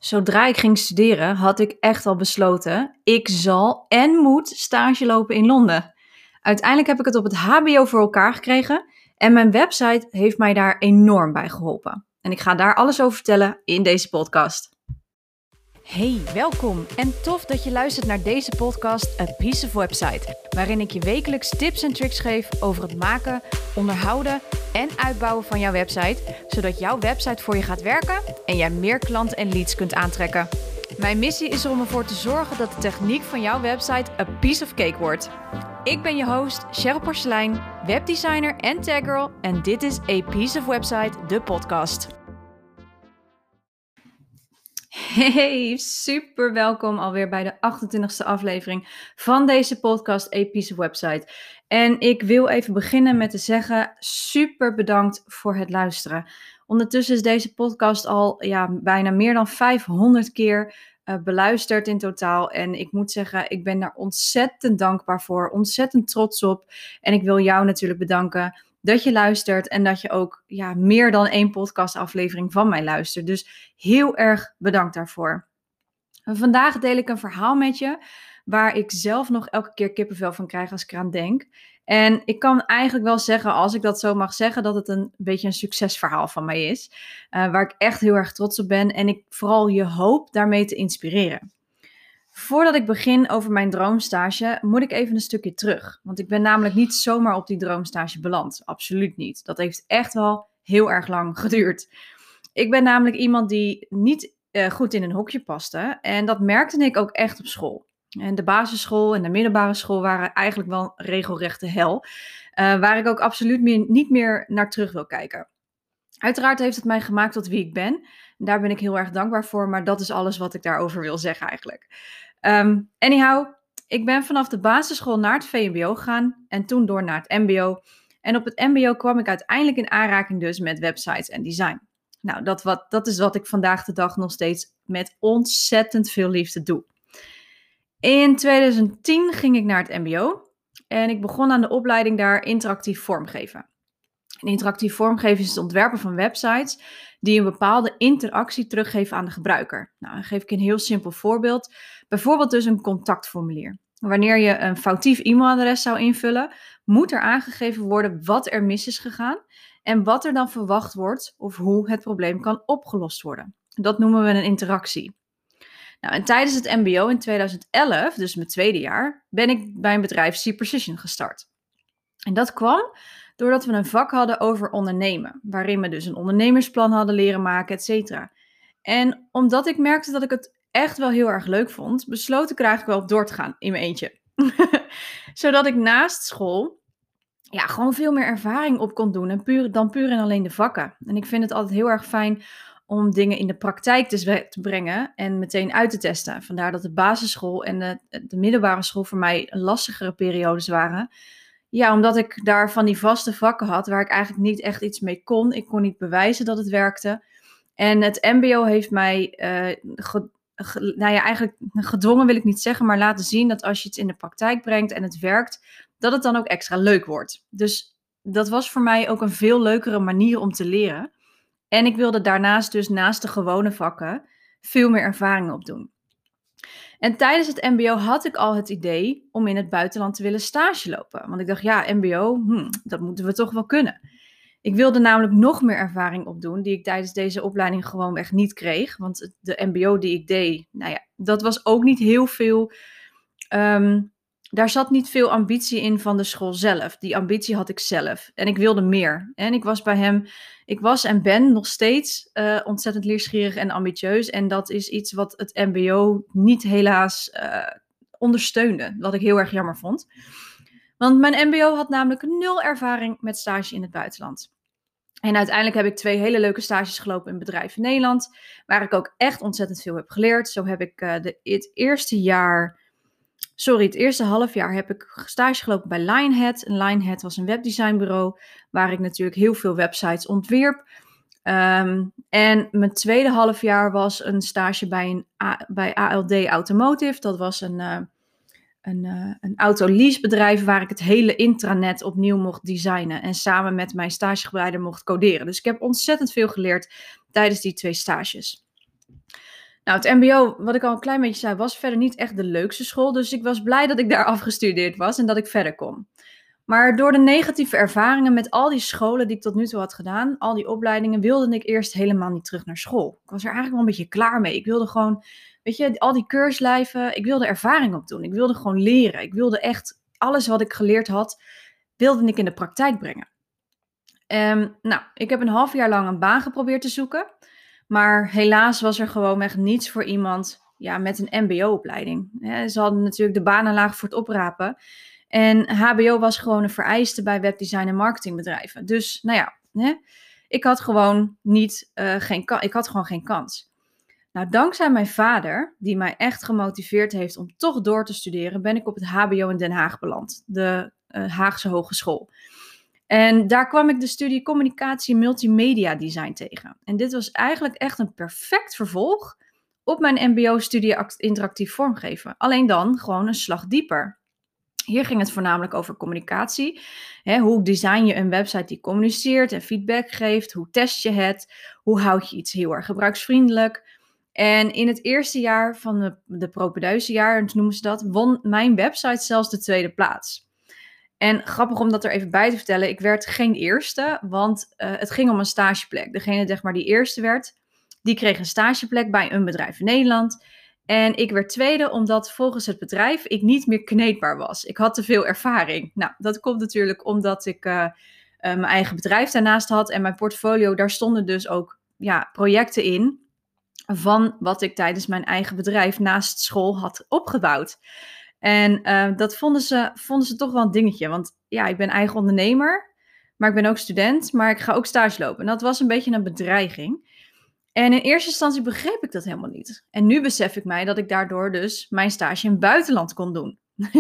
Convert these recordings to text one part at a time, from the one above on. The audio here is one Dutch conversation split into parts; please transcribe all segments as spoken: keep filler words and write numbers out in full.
Zodra ik ging studeren, had ik echt al besloten, ik zal en moet stage lopen in Londen. Uiteindelijk heb ik het op het H B O voor elkaar gekregen en mijn website heeft mij daar enorm bij geholpen. En ik ga daar alles over vertellen in deze podcast. Hey, welkom en tof dat je luistert naar deze podcast A Piece of Website, waarin ik je wekelijks tips en tricks geef over het maken, onderhouden en uitbouwen van jouw website, zodat jouw website voor je gaat werken en jij meer klanten en leads kunt aantrekken. Mijn missie is er om ervoor te zorgen dat de techniek van jouw website a piece of cake wordt. Ik ben je host, Cheryl Porcelein, webdesigner en taggirl en dit is A Piece of Website, de podcast. Hey, super welkom alweer bij de achtentwintigste aflevering van deze podcast A Piece of Website. En ik wil even beginnen met te zeggen, super bedankt voor het luisteren. Ondertussen is deze podcast al ja, bijna meer dan vijfhonderd keer uh, beluisterd in totaal. En ik moet zeggen, ik ben daar ontzettend dankbaar voor, ontzettend trots op. En ik wil jou natuurlijk bedanken dat je luistert en dat je ook ja, meer dan één podcastaflevering van mij luistert. Dus heel erg bedankt daarvoor. Vandaag deel ik een verhaal met je waar ik zelf nog elke keer kippenvel van krijg als ik eraan denk. En ik kan eigenlijk wel zeggen, als ik dat zo mag zeggen, dat het een beetje een succesverhaal van mij is. Uh, waar ik echt heel erg trots op ben en ik vooral je hoop daarmee te inspireren. Voordat ik begin over mijn droomstage, moet ik even een stukje terug. Want ik ben namelijk niet zomaar op die droomstage beland. Absoluut niet. Dat heeft echt wel heel erg lang geduurd. Ik ben namelijk iemand die niet uh, goed in een hokje paste. En dat merkte ik ook echt op school. En de basisschool en de middelbare school waren eigenlijk wel een regelrechte hel. Uh, waar ik ook absoluut meer, niet meer naar terug wil kijken. Uiteraard heeft het mij gemaakt tot wie ik ben. Daar ben ik heel erg dankbaar voor. Maar dat is alles wat ik daarover wil zeggen eigenlijk. Um, anyhow, ik ben vanaf de basisschool naar het V M B O gegaan en toen door naar het M B O. En op het M B O kwam ik uiteindelijk in aanraking dus met websites en design. Nou, dat, wat, dat is wat ik vandaag de dag nog steeds met ontzettend veel liefde doe. In tweeduizend tien ging ik naar het M B O en ik begon aan de opleiding daar interactief vormgeven. En interactief vormgeven is het ontwerpen van websites die een bepaalde interactie teruggeven aan de gebruiker. Nou, dan geef ik een heel simpel voorbeeld. Bijvoorbeeld dus een contactformulier. Wanneer je een foutief e-mailadres zou invullen, moet er aangegeven worden wat er mis is gegaan en wat er dan verwacht wordt of hoe het probleem kan opgelost worden. Dat noemen we een interactie. Nou, en tijdens het M B O in tweeduizend elf, dus mijn tweede jaar, ben ik bij een bedrijf C-Precision gestart. En dat kwam doordat we een vak hadden over ondernemen, waarin we dus een ondernemersplan hadden leren maken, et cetera. En omdat ik merkte dat ik het echt wel heel erg leuk vond, besloot ik er eigenlijk wel op door te gaan in mijn eentje. Zodat ik naast school ja, gewoon veel meer ervaring op kon doen en puur, dan puur en alleen de vakken. En ik vind het altijd heel erg fijn om dingen in de praktijk te, te brengen en meteen uit te testen. Vandaar dat de basisschool en de, de middelbare school voor mij lastigere periodes waren. Ja, omdat ik daar van die vaste vakken had waar ik eigenlijk niet echt iets mee kon. Ik kon niet bewijzen dat het werkte. En het M B O heeft mij, uh, ge, ge, nou ja, eigenlijk gedwongen wil ik niet zeggen, maar laten zien dat als je het in de praktijk brengt en het werkt, dat het dan ook extra leuk wordt. Dus dat was voor mij ook een veel leukere manier om te leren. En ik wilde daarnaast dus naast de gewone vakken veel meer ervaring opdoen. En tijdens het M B O had ik al het idee om in het buitenland te willen stage lopen. Want ik dacht, ja, M B O, hmm, dat moeten we toch wel kunnen. Ik wilde namelijk nog meer ervaring opdoen, die ik tijdens deze opleiding gewoon echt niet kreeg. Want de M B O die ik deed, nou ja, dat was ook niet heel veel. Um, daar zat niet veel ambitie in van de school zelf. Die ambitie had ik zelf. En ik wilde meer. En ik was bij hem, ik was en ben nog steeds uh, ontzettend leergierig en ambitieus. En dat is iets wat het M B O niet helaas uh, ondersteunde. Wat ik heel erg jammer vond. Want mijn M B O had namelijk nul ervaring met stage in het buitenland. En uiteindelijk heb ik twee hele leuke stages gelopen in bedrijven in Nederland. Waar ik ook echt ontzettend veel heb geleerd. Zo heb ik uh, de, het eerste jaar... Sorry, het eerste half jaar heb ik stage gelopen bij Lionhead. En Lionhead was een webdesignbureau waar ik natuurlijk heel veel websites ontwierp. Um, en mijn tweede half jaar was een stage bij, een A, bij A L D Automotive. Dat was een, uh, een, uh, een autoleasebedrijf waar ik het hele intranet opnieuw mocht designen. En samen met mijn stagebegeleider mocht coderen. Dus ik heb ontzettend veel geleerd tijdens die twee stages. Nou, het mbo, wat ik al een klein beetje zei, was verder niet echt de leukste school. Dus ik was blij dat ik daar afgestudeerd was en dat ik verder kon. Maar door de negatieve ervaringen met al die scholen die ik tot nu toe had gedaan, al die opleidingen, wilde ik eerst helemaal niet terug naar school. Ik was er eigenlijk wel een beetje klaar mee. Ik wilde gewoon, weet je, al die keurslijven, ik wilde ervaring opdoen. Ik wilde gewoon leren. Ik wilde echt alles wat ik geleerd had, wilde ik in de praktijk brengen. Um, nou, ik heb een half jaar lang een baan geprobeerd te zoeken. Maar helaas was er gewoon echt niets voor iemand ja, met een mbo-opleiding. Ja, ze hadden natuurlijk de banenlaag voor het oprapen. En hbo was gewoon een vereiste bij webdesign en marketingbedrijven. Dus nou ja, hè, ik had gewoon niet, uh, geen ik had gewoon geen kans. Nou, dankzij mijn vader, die mij echt gemotiveerd heeft om toch door te studeren, ben ik op het hbo in Den Haag beland. De uh, Haagse Hogeschool. En daar kwam ik de studie communicatie multimedia design tegen. En dit was eigenlijk echt een perfect vervolg op mijn mbo-studie interactief vormgeven. Alleen dan gewoon een slag dieper. Hier ging het voornamelijk over communicatie. Hè, hoe design je een website die communiceert en feedback geeft? Hoe test je het? Hoe houd je iets heel erg gebruiksvriendelijk? En in het eerste jaar van de, de propedeuzejaar, noemen ze dat, won mijn website zelfs de tweede plaats. En grappig om dat er even bij te vertellen, ik werd geen eerste, want uh, het ging om een stageplek. Degene zeg maar, die eerste werd, die kreeg een stageplek bij een bedrijf in Nederland. En ik werd tweede, omdat volgens het bedrijf ik niet meer kneedbaar was. Ik had te veel ervaring. Nou, dat komt natuurlijk omdat ik uh, uh, mijn eigen bedrijf daarnaast had. En mijn portfolio, daar stonden dus ook ja, projecten in van wat ik tijdens mijn eigen bedrijf naast school had opgebouwd. En uh, dat vonden ze, vonden ze toch wel een dingetje. Want ja, ik ben eigen ondernemer, maar ik ben ook student, maar ik ga ook stage lopen. En dat was een beetje een bedreiging. En in eerste instantie begreep ik dat helemaal niet. En nu besef ik mij dat ik daardoor dus mijn stage in het buitenland kon doen.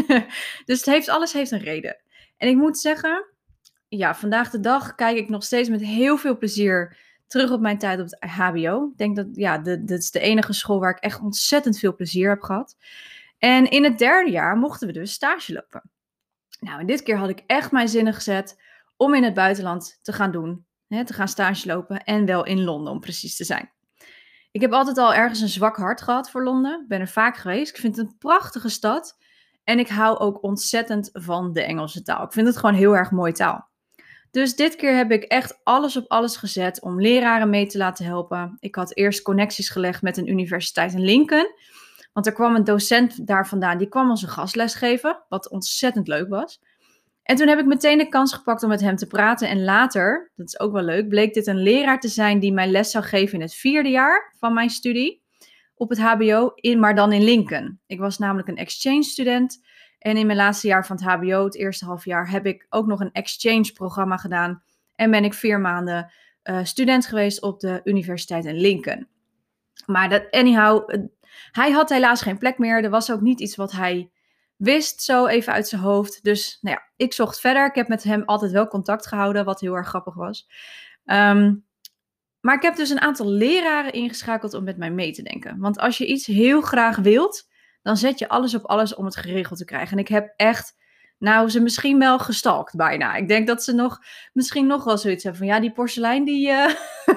Dus het heeft, alles heeft een reden. En ik moet zeggen, ja, vandaag de dag kijk ik nog steeds met heel veel plezier terug op mijn tijd op het hbo. Ik denk dat, ja, dit is de enige school waar ik echt ontzettend veel plezier heb gehad. En in het derde jaar mochten we dus stage lopen. Nou, en dit keer had ik echt mijn zinnen gezet om in het buitenland te gaan doen. Hè, te gaan stage lopen en wel in Londen om precies te zijn. Ik heb altijd al ergens een zwak hart gehad voor Londen. Ik ben er vaak geweest. Ik vind het een prachtige stad. En ik hou ook ontzettend van de Engelse taal. Ik vind het gewoon heel erg mooie taal. Dus dit keer heb ik echt alles op alles gezet om leraren mee te laten helpen. Ik had eerst connecties gelegd met een universiteit in Lincoln. Want er kwam een docent daar vandaan, die kwam ons een gastles geven, wat ontzettend leuk was. En toen heb ik meteen de kans gepakt om met hem te praten. En later, dat is ook wel leuk, bleek dit een leraar te zijn die mij les zou geven in het vierde jaar van mijn studie op het hbo, in, maar dan in Lincoln. Ik was namelijk een exchange student. En in mijn laatste jaar van het hbo, het eerste half jaar, heb ik ook nog een exchange programma gedaan. En ben ik vier maanden uh, student geweest op de universiteit in Lincoln. Maar dat, anyhow, uh, hij had helaas geen plek meer. Er was ook niet iets wat hij wist zo even uit zijn hoofd. Dus nou ja, ik zocht verder. Ik heb met hem altijd wel contact gehouden, wat heel erg grappig was. Um, maar ik heb dus een aantal leraren ingeschakeld om met mij mee te denken. Want als je iets heel graag wilt, dan zet je alles op alles om het geregeld te krijgen. En ik heb echt, nou, ze misschien wel gestalkt bijna. Ik denk dat ze nog, misschien nog wel zoiets hebben van, ja, die porselein, die, uh,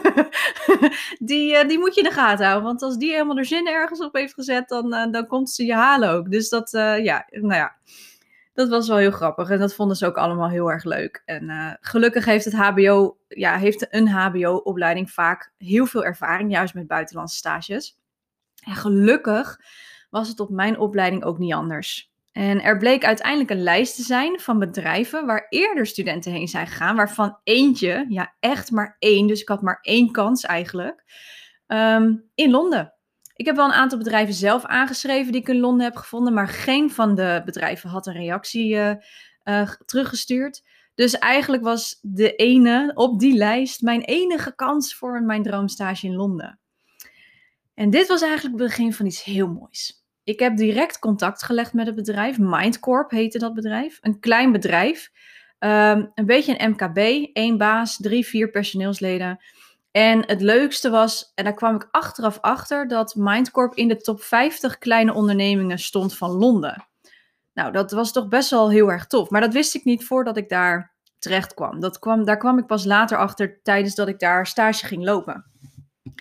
die, uh, die moet je in de gaten houden. Want als die helemaal er zin ergens op heeft gezet, dan, uh, dan komt ze je halen ook. Dus dat, uh, ja, nou ja, dat was wel heel grappig. En dat vonden ze ook allemaal heel erg leuk. En uh, gelukkig heeft het hbo, ja, heeft een hbo-opleiding vaak heel veel ervaring, juist met buitenlandse stages. En gelukkig was het op mijn opleiding ook niet anders. En er bleek uiteindelijk een lijst te zijn van bedrijven waar eerder studenten heen zijn gegaan, waarvan eentje, ja echt maar één, dus ik had maar één kans eigenlijk, um, in Londen. Ik heb wel een aantal bedrijven zelf aangeschreven die ik in Londen heb gevonden, maar geen van de bedrijven had een reactie uh, uh, teruggestuurd. Dus eigenlijk was de ene op die lijst mijn enige kans voor mijn droomstage in Londen. En dit was eigenlijk het begin van iets heel moois. Ik heb direct contact gelegd met het bedrijf. Mindcorp heette dat bedrijf. Een klein bedrijf. Um, een beetje een M K B. één baas, drie, vier personeelsleden. En het leukste was, en daar kwam ik achteraf achter, dat Mindcorp in de top vijftig kleine ondernemingen stond van Londen. Nou, dat was toch best wel heel erg tof. Maar dat wist ik niet voordat ik daar terecht kwam. Dat kwam daar kwam ik pas later achter tijdens dat ik daar stage ging lopen.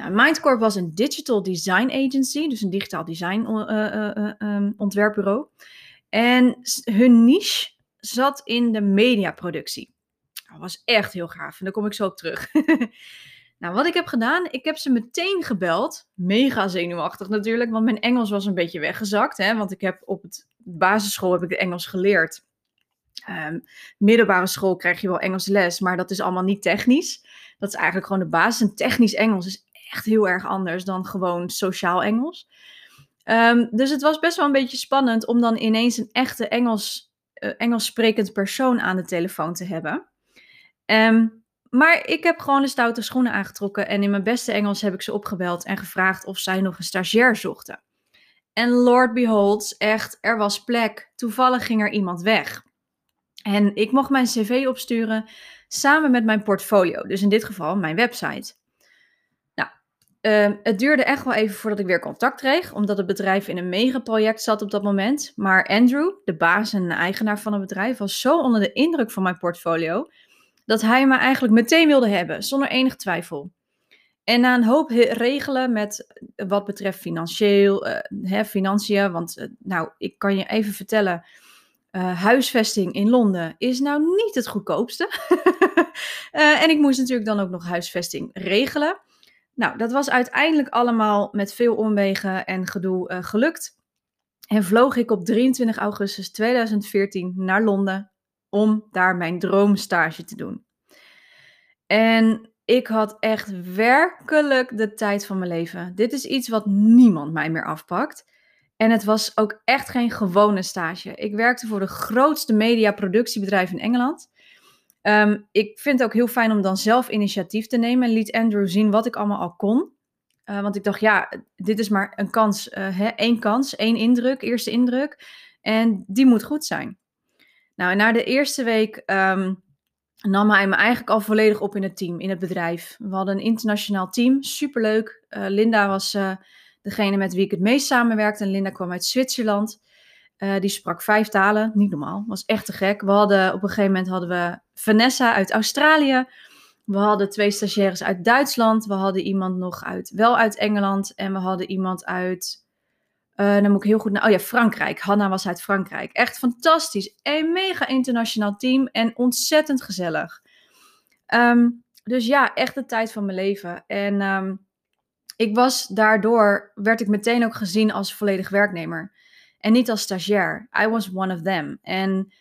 Nou, Mindcorp was een digital design agency, dus een digitaal design uh, uh, uh, um, ontwerpbureau. En hun niche zat in de mediaproductie. Dat was echt heel gaaf en daar kom ik zo op terug. Nou, wat ik heb gedaan, ik heb ze meteen gebeld. Mega zenuwachtig natuurlijk, want mijn Engels was een beetje weggezakt. Hè, want ik heb op het basisschool heb ik Engels geleerd. Um, middelbare school krijg je wel Engels les, maar dat is allemaal niet technisch. Dat is eigenlijk gewoon de basis. En technisch Engels is echt heel erg anders dan gewoon sociaal Engels. Um, dus het was best wel een beetje spannend om dan ineens een echte Engels, uh, Engels sprekend persoon aan de telefoon te hebben. Um, maar ik heb gewoon de stoute schoenen aangetrokken en in mijn beste Engels heb ik ze opgebeld en gevraagd of zij nog een stagiair zochten. En Lord beholds, echt, er was plek. Toevallig ging er iemand weg. En ik mocht mijn cv opsturen samen met mijn portfolio. Dus in dit geval mijn website. Nou, uh, het duurde echt wel even voordat ik weer contact kreeg. Omdat het bedrijf in een megaproject zat op dat moment. Maar Andrew, de baas en de eigenaar van het bedrijf, was zo onder de indruk van mijn portfolio dat hij me eigenlijk meteen wilde hebben, zonder enig twijfel. En na een hoop regelen met wat betreft financieel, uh, hè, financiën, want uh, nou, ik kan je even vertellen, uh, huisvesting in Londen is nou niet het goedkoopste. uh, en ik moest natuurlijk dan ook nog huisvesting regelen. Nou, dat was uiteindelijk allemaal met veel omwegen en gedoe uh, gelukt. En vloog ik op drieëntwintig augustus tweeduizend veertien naar Londen om daar mijn droomstage te doen. En ik had echt werkelijk de tijd van mijn leven. Dit is iets wat niemand mij meer afpakt. En het was ook echt geen gewone stage. Ik werkte voor de grootste mediaproductiebedrijf in Engeland. Um, ik vind het ook heel fijn om dan zelf initiatief te nemen. En liet Andrew zien wat ik allemaal al kon. Uh, want ik dacht, ja, dit is maar een kans. Uh, hè, één kans, één indruk, eerste indruk. En die moet goed zijn. Nou, en na de eerste week um, nam hij me eigenlijk al volledig op in het team, in het bedrijf. We hadden een internationaal team, superleuk. Uh, Linda was uh, degene met wie ik het meest samenwerkte. En Linda kwam uit Zwitserland. Uh, die sprak vijf talen, niet normaal, was echt te gek. We hadden, op een gegeven moment hadden we Vanessa uit Australië. We hadden twee stagiaires uit Duitsland. We hadden iemand nog uit, wel uit Engeland. En we hadden iemand uit, uh, dan moet ik heel goed naar, oh ja, Frankrijk. Hanna was uit Frankrijk. Echt fantastisch. Een mega internationaal team en ontzettend gezellig. Um, dus ja, echt de tijd van mijn leven. En um, ik was daardoor, werd ik meteen ook gezien als volledig werknemer. En niet als stagiair. I was one of them. En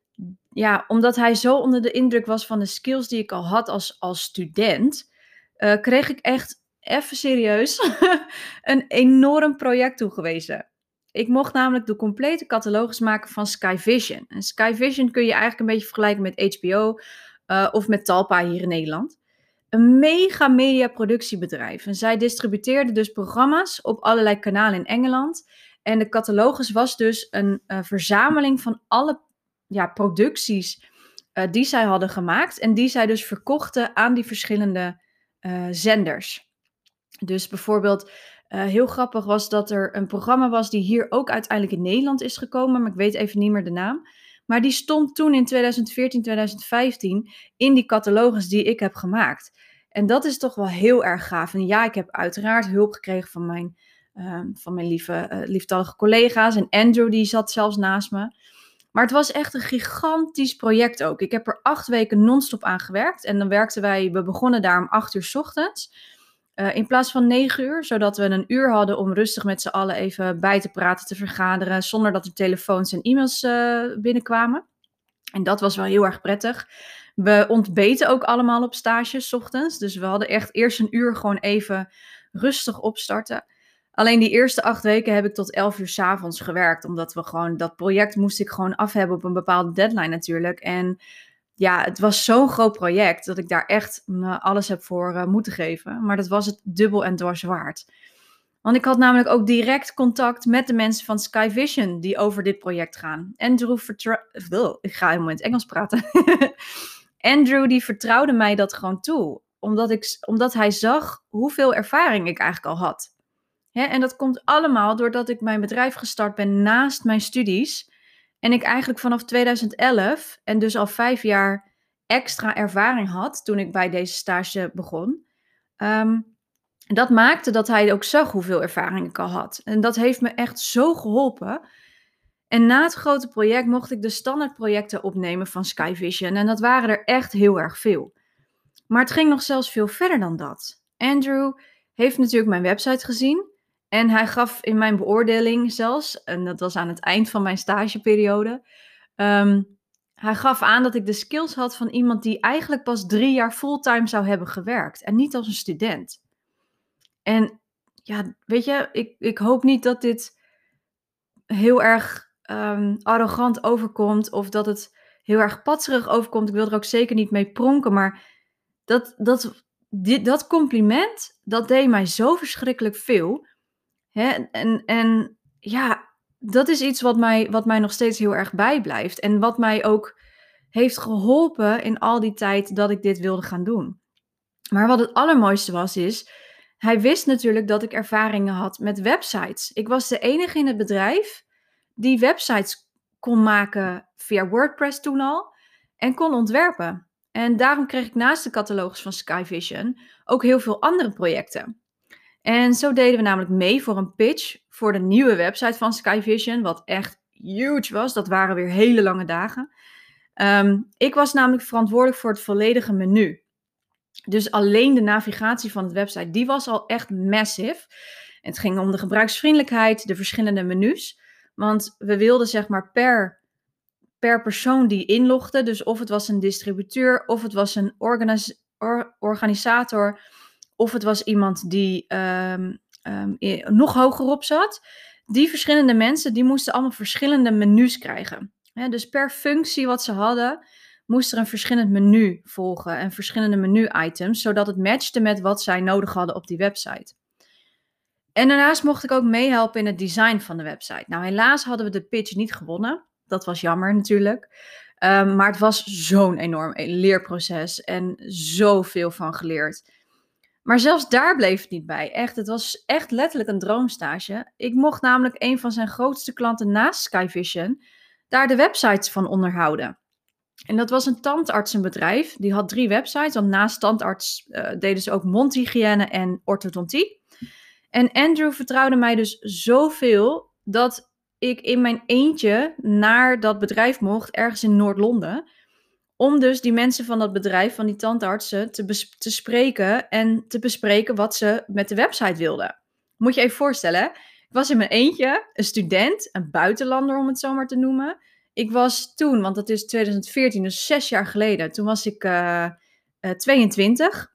ja, omdat hij zo onder de indruk was van de skills die ik al had als, als student, uh, kreeg ik echt, even serieus, een enorm project toegewezen. Ik mocht namelijk de complete catalogus maken van Sky Vision. En Sky Vision kun je eigenlijk een beetje vergelijken met H B O uh, of met Talpa hier in Nederland. Een mega media productiebedrijf. En zij distributeerden dus programma's op allerlei kanalen in Engeland. En de catalogus was dus een uh, verzameling van alle ja, producties uh, die zij hadden gemaakt. En die zij dus verkochten aan die verschillende uh, zenders. Dus bijvoorbeeld, uh, heel grappig was dat er een programma was die hier ook uiteindelijk in Nederland is gekomen. Maar ik weet even niet meer de naam. Maar die stond toen in tweeduizend veertien, tweeduizend vijftien in die catalogus die ik heb gemaakt. En dat is toch wel heel erg gaaf. En ja, ik heb uiteraard hulp gekregen van mijn, uh, van mijn lieve, uh, lieftallige collega's. En Andrew die zat zelfs naast me. Maar het was echt een gigantisch project ook. Ik heb er acht weken non-stop aan gewerkt. En dan werkten wij, we begonnen daar om acht uur 's ochtends. Uh, in plaats van negen uur, zodat we een uur hadden om rustig met z'n allen even bij te praten, te vergaderen, zonder dat er telefoons en e-mails uh, binnenkwamen. En dat was wel heel erg prettig. We ontbeten ook allemaal op stage 's ochtends. Dus we hadden echt eerst een uur gewoon even rustig opstarten. Alleen die eerste acht weken heb ik tot elf uur 's avonds gewerkt. Omdat we gewoon, dat project moest ik gewoon af hebben op een bepaalde deadline natuurlijk. En ja, het was zo'n groot project dat ik daar echt me alles heb voor uh, moeten geven. Maar dat was het dubbel en dwars waard. Want ik had namelijk ook direct contact met de mensen van Sky Vision die over dit project gaan. Andrew vertrouwde... Ik ga helemaal in het Engels praten. Andrew die vertrouwde mij dat gewoon toe. Omdat, ik, omdat hij zag hoeveel ervaring ik eigenlijk al had. Hè, en dat komt allemaal doordat ik mijn bedrijf gestart ben naast mijn studies. En ik eigenlijk vanaf tweeduizend elf en dus al vijf jaar extra ervaring had toen ik bij deze stage begon. Um, Dat maakte dat hij ook zag hoeveel ervaring ik al had. En dat heeft me echt zo geholpen. En na het grote project mocht ik de standaardprojecten opnemen van Sky Vision. En dat waren er echt heel erg veel. Maar het ging nog zelfs veel verder dan dat. Andrew heeft natuurlijk mijn website gezien. En hij gaf in mijn beoordeling zelfs, en dat was aan het eind van mijn stageperiode, um, hij gaf aan dat ik de skills had van iemand die eigenlijk pas drie jaar fulltime zou hebben gewerkt. En niet als een student. En ja, weet je, ik, ik hoop niet dat dit heel erg um, arrogant overkomt of dat het heel erg patserig overkomt. Ik wil er ook zeker niet mee pronken, maar dat, dat, dit, dat compliment, dat deed mij zo verschrikkelijk veel. Hè? En, en ja, dat is iets wat mij, wat mij nog steeds heel erg bijblijft. En wat mij ook heeft geholpen in al die tijd dat ik dit wilde gaan doen. Maar wat het allermooiste was, is, hij wist natuurlijk dat ik ervaringen had met websites. Ik was de enige in het bedrijf die websites kon maken via WordPress toen al en kon ontwerpen. En daarom kreeg ik naast de catalogus van Sky Vision ook heel veel andere projecten. En zo deden we namelijk mee voor een pitch voor de nieuwe website van Sky Vision, wat echt huge was. Dat waren weer hele lange dagen. Um, ik was namelijk verantwoordelijk voor het volledige menu. Dus alleen de navigatie van de website, die was al echt massive. Het ging om de gebruiksvriendelijkheid, de verschillende menus. Want we wilden zeg maar per, per persoon die inlogde, dus of het was een distributeur, of het was een organis- or- organisator, of het was iemand die um, um, nog hogerop zat. Die verschillende mensen, die moesten allemaal verschillende menus krijgen. He, dus per functie wat ze hadden, moest er een verschillend menu volgen en verschillende menu-items, zodat het matchte met wat zij nodig hadden op die website. En daarnaast mocht ik ook meehelpen in het design van de website. Nou, helaas hadden we de pitch niet gewonnen. Dat was jammer natuurlijk. Um, maar het was zo'n enorm leerproces en zoveel van geleerd. Maar zelfs daar bleef het niet bij. Echt, het was echt letterlijk een droomstage. Ik mocht namelijk een van zijn grootste klanten naast Sky Vision daar de websites van onderhouden. En dat was een tandartsenbedrijf. Die had drie websites. Want naast tandarts uh, deden ze ook mondhygiëne en orthodontie. En Andrew vertrouwde mij dus zoveel dat ik in mijn eentje naar dat bedrijf mocht, ergens in Noord-Londen. Om dus die mensen van dat bedrijf, van die tandartsen, te, bes- te spreken en te bespreken wat ze met de website wilden. Moet je even voorstellen, hè? Ik was in mijn eentje, een student, een buitenlander om het zo maar te noemen. Ik was toen, want dat is twintig veertien, dus zes jaar geleden, toen was ik uh, uh, tweeëntwintig.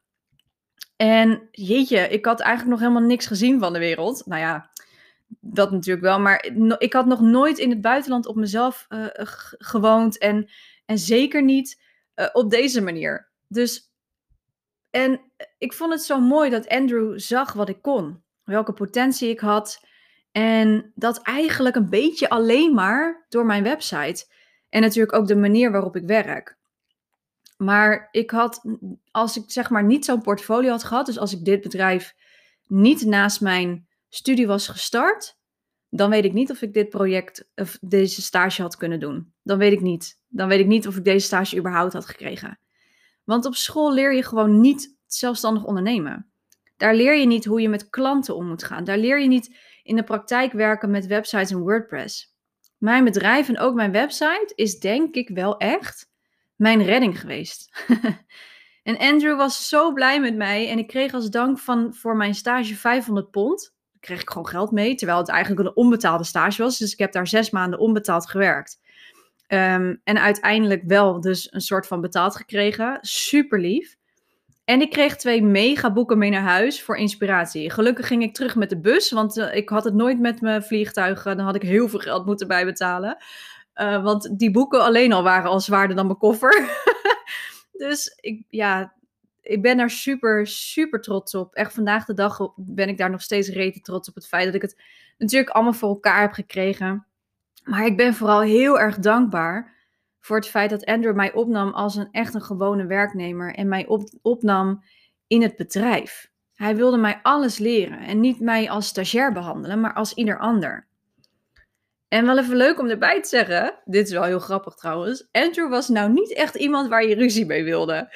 En jeetje, ik had eigenlijk nog helemaal niks gezien van de wereld. Nou ja, dat natuurlijk wel, maar ik had nog nooit in het buitenland op mezelf uh, g- gewoond en, en zeker niet uh, op deze manier. Dus, en ik vond het zo mooi dat Andrew zag wat ik kon, welke potentie ik had en dat eigenlijk een beetje alleen maar door mijn website en natuurlijk ook de manier waarop ik werk. Maar ik had, als ik zeg maar niet zo'n portfolio had gehad, dus als ik dit bedrijf niet naast mijn studie was gestart, dan weet ik niet of ik dit project, of deze stage had kunnen doen. Dan weet ik niet. Dan weet ik niet of ik deze stage überhaupt had gekregen. Want op school leer je gewoon niet zelfstandig ondernemen. Daar leer je niet hoe je met klanten om moet gaan. Daar leer je niet in de praktijk werken met websites en WordPress. Mijn bedrijf en ook mijn website is denk ik wel echt mijn redding geweest. En Andrew was zo blij met mij en ik kreeg als dank van, voor mijn stage vijfhonderd pond. Daar kreeg ik gewoon geld mee, terwijl het eigenlijk een onbetaalde stage was. Dus ik heb daar zes maanden onbetaald gewerkt. Um, en uiteindelijk wel dus een soort van betaald gekregen. Super lief. En ik kreeg twee megaboeken mee naar huis voor inspiratie. Gelukkig ging ik terug met de bus, want uh, ik had het nooit met mijn vliegtuig. Dan had ik heel veel geld moeten bijbetalen. Uh, want die boeken alleen al waren al zwaarder dan mijn koffer. Dus ik, ja, ik ben daar super, super trots op. Echt vandaag de dag ben ik daar nog steeds rete trots op het feit dat ik het natuurlijk allemaal voor elkaar heb gekregen. Maar ik ben vooral heel erg dankbaar voor het feit dat Andrew mij opnam als een echt een gewone werknemer en mij op, opnam in het bedrijf. Hij wilde mij alles leren en niet mij als stagiair behandelen, maar als ieder ander. En wel even leuk om erbij te zeggen, dit is wel heel grappig trouwens, Andrew was nou niet echt iemand waar je ruzie mee wilde.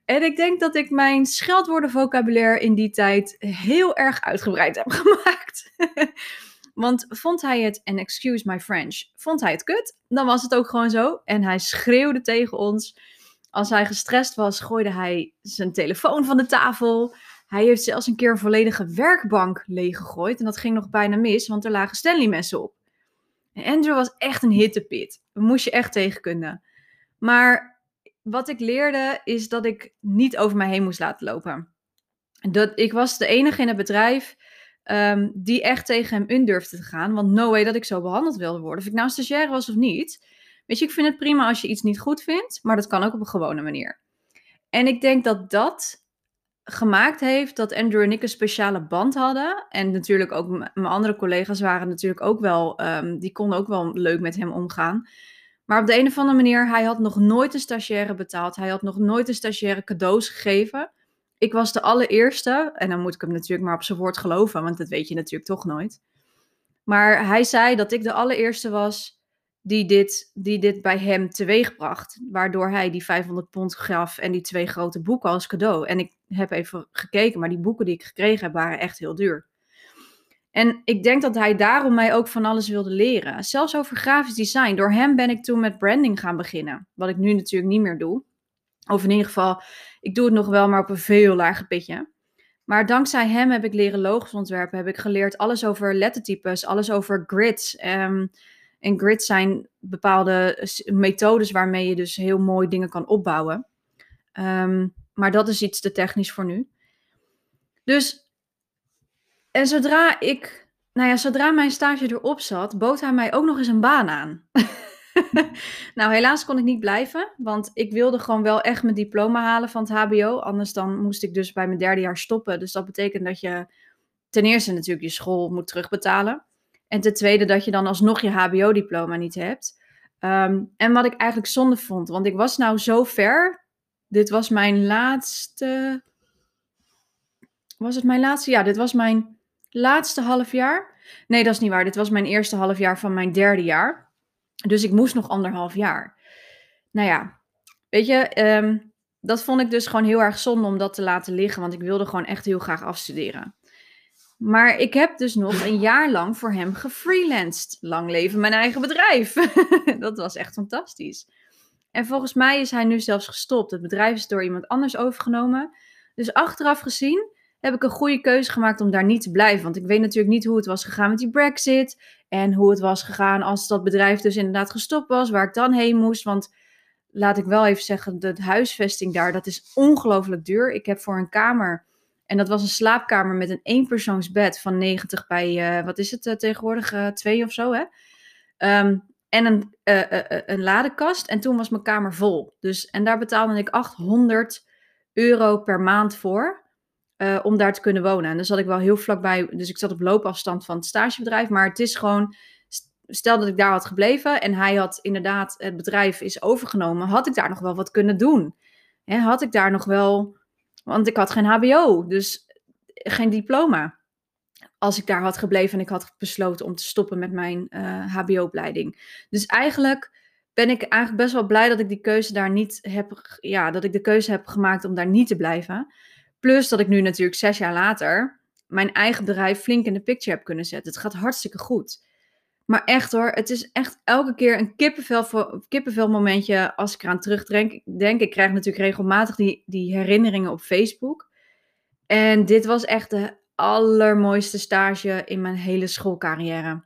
En ik denk dat ik mijn scheldwoordenvocabulaire in die tijd heel erg uitgebreid heb gemaakt. Want vond hij het, en excuse my French, vond hij het kut, dan was het ook gewoon zo. En hij schreeuwde tegen ons. Als hij gestrest was, gooide hij zijn telefoon van de tafel. Hij heeft zelfs een keer een volledige werkbank leeggegooid. En dat ging nog bijna mis, want er lagen Stanley-messen op. En Andrew was echt een hittepit. Daar moest je echt tegen kunnen. Maar wat ik leerde, is dat ik niet over mij heen moest laten lopen. Dat, ik was de enige in het bedrijf um, die echt tegen hem in durfde te gaan. Want no way dat ik zo behandeld wilde worden. Of ik nou stagiaire was of niet. Weet je, ik vind het prima als je iets niet goed vindt. Maar dat kan ook op een gewone manier. En ik denk dat dat gemaakt heeft dat Andrew en ik een speciale band hadden. En natuurlijk ook m- mijn andere collega's waren natuurlijk ook wel... Um, die konden ook wel leuk met hem omgaan. Maar op de een of andere manier, hij had nog nooit een stagiaire betaald. Hij had nog nooit een stagiaire cadeaus gegeven. Ik was de allereerste. En dan moet ik hem natuurlijk maar op zijn woord geloven, want dat weet je natuurlijk toch nooit. Maar hij zei dat ik de allereerste was die dit, die dit bij hem teweegbracht. Waardoor hij die vijfhonderd pond gaf en die twee grote boeken als cadeau. En ik heb even gekeken, maar die boeken die ik gekregen heb waren echt heel duur. En ik denk dat hij daarom mij ook van alles wilde leren. Zelfs over grafisch design. Door hem ben ik toen met branding gaan beginnen. Wat ik nu natuurlijk niet meer doe. Of in ieder geval, ik doe het nog wel, maar op een veel lager pitje. Maar dankzij hem heb ik leren logo's ontwerpen. Heb ik geleerd alles over lettertypes, alles over grids. Um, en grids zijn bepaalde methodes waarmee je dus heel mooi dingen kan opbouwen. Um, maar dat is iets te technisch voor nu. Dus... En zodra ik, nou ja, zodra mijn stage erop zat, bood hij mij ook nog eens een baan aan. Nou, helaas kon ik niet blijven, want ik wilde gewoon wel echt mijn diploma halen van het H B O. Anders dan moest ik dus bij mijn derde jaar stoppen. Dus dat betekent dat je ten eerste natuurlijk je school moet terugbetalen. En ten tweede dat je dan alsnog je H B O-diploma niet hebt. Um, en wat ik eigenlijk zonde vond, want ik was nou zo ver. Dit was mijn laatste... Was het mijn laatste? Ja, dit was mijn... laatste half jaar? Nee, dat is niet waar. Dit was mijn eerste half jaar van mijn derde jaar. Dus ik moest nog anderhalf jaar. Nou ja, weet je, um, dat vond ik dus gewoon heel erg zonde om dat te laten liggen. Want ik wilde gewoon echt heel graag afstuderen. Maar ik heb dus nog een jaar lang voor hem gefreelanced. Lang leven mijn eigen bedrijf. Dat was echt fantastisch. En volgens mij is hij nu zelfs gestopt. Het bedrijf is door iemand anders overgenomen. Dus achteraf gezien heb ik een goede keuze gemaakt om daar niet te blijven. Want ik weet natuurlijk niet hoe het was gegaan met die Brexit. En hoe het was gegaan als dat bedrijf dus inderdaad gestopt was. Waar ik dan heen moest. Want laat ik wel even zeggen, de huisvesting daar, dat is ongelooflijk duur. Ik heb voor een kamer, en dat was een slaapkamer met een eenpersoonsbed van negentig bij, uh, wat is het uh, tegenwoordig, uh, twee of zo hè. Um, en een, uh, uh, uh, een ladekast. En toen was mijn kamer vol. Dus, en daar betaalde ik achthonderd euro per maand voor. Uh, om daar te kunnen wonen. En dan zat ik wel heel vlakbij. Dus ik zat op loopafstand van het stagebedrijf. Maar het is gewoon... Stel dat ik daar had gebleven. En hij had inderdaad... Het bedrijf is overgenomen. Had ik daar nog wel wat kunnen doen. Hè, had ik daar nog wel... Want ik had geen H B O. Dus geen diploma. Als ik daar had gebleven en ik had besloten om te stoppen met mijn uh, H B O-opleiding. Dus eigenlijk ben ik eigenlijk best wel blij dat ik die keuze daar niet heb... Ja, dat ik de keuze heb gemaakt om daar niet te blijven. Plus dat ik nu natuurlijk zes jaar later mijn eigen bedrijf flink in de picture heb kunnen zetten. Het gaat hartstikke goed. Maar echt hoor, het is echt elke keer een kippenvel, voor, kippenvel momentje als ik eraan terugdenk. Denk, ik krijg natuurlijk regelmatig die, die herinneringen op Facebook. En dit was echt de allermooiste stage in mijn hele schoolcarrière.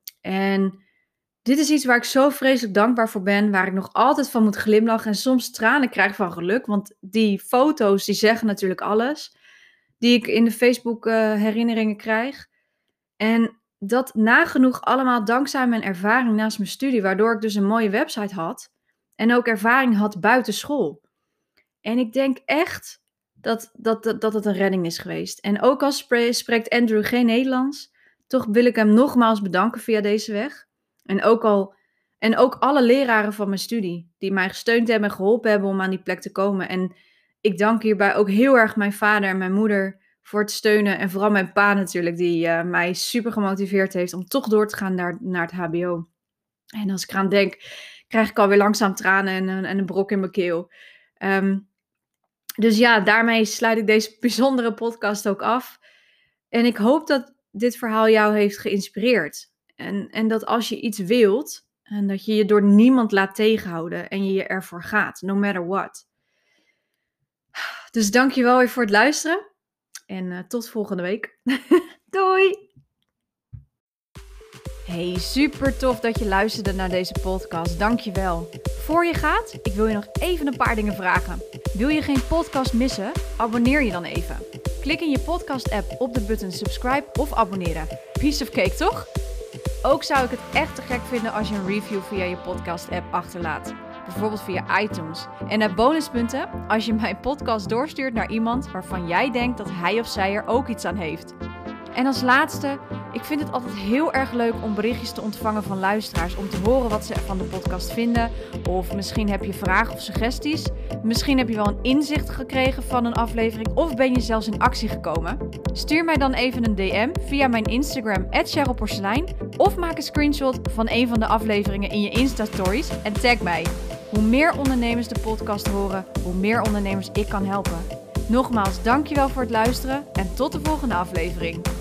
En dit is iets waar ik zo vreselijk dankbaar voor ben. Waar ik nog altijd van moet glimlachen. En soms tranen krijg van geluk. Want die foto's die zeggen natuurlijk alles. Die ik in de Facebook uh, herinneringen krijg. En dat nagenoeg allemaal dankzij mijn ervaring naast mijn studie. Waardoor ik dus een mooie website had. En ook ervaring had buiten school. En ik denk echt dat, dat, dat, dat het een redding is geweest. En ook al spre- spreekt Andrew geen Nederlands. Toch wil ik hem nogmaals bedanken via deze weg. En ook, al, en ook alle leraren van mijn studie. Die mij gesteund hebben en geholpen hebben om aan die plek te komen. En ik dank hierbij ook heel erg mijn vader en mijn moeder voor het steunen. En vooral mijn pa natuurlijk. Die uh, mij super gemotiveerd heeft om toch door te gaan naar, naar het H B O. En als ik eraan denk, krijg ik alweer langzaam tranen en, en een brok in mijn keel. Um, Dus ja, daarmee sluit ik deze bijzondere podcast ook af. En ik hoop dat dit verhaal jou heeft geïnspireerd. En, en dat als je iets wilt, en dat je je door niemand laat tegenhouden en je je ervoor gaat, no matter what. Dus dankjewel weer voor het luisteren. En uh, tot volgende week. Doei! Hey, super tof dat je luisterde naar deze podcast. Dankjewel. Voor je gaat, ik wil je nog even een paar dingen vragen. Wil je geen podcast missen? Abonneer je dan even. Klik in je podcast-app op de button subscribe of abonneren. Piece of cake, toch? Ook zou ik het echt te gek vinden als je een review via je podcast-app achterlaat. Bijvoorbeeld via iTunes. En heb bonuspunten als je mijn podcast doorstuurt naar iemand waarvan jij denkt dat hij of zij er ook iets aan heeft. En als laatste, ik vind het altijd heel erg leuk om berichtjes te ontvangen van luisteraars om te horen wat ze van de podcast vinden. Of misschien heb je vragen of suggesties. Misschien heb je wel een inzicht gekregen van een aflevering of ben je zelfs in actie gekomen. Stuur mij dan even een D M via mijn Instagram at Cheryl Porcelein of maak een screenshot van een van de afleveringen in je Insta-stories en tag mij. Hoe meer ondernemers de podcast horen, hoe meer ondernemers ik kan helpen. Nogmaals, dankjewel voor het luisteren en tot de volgende aflevering.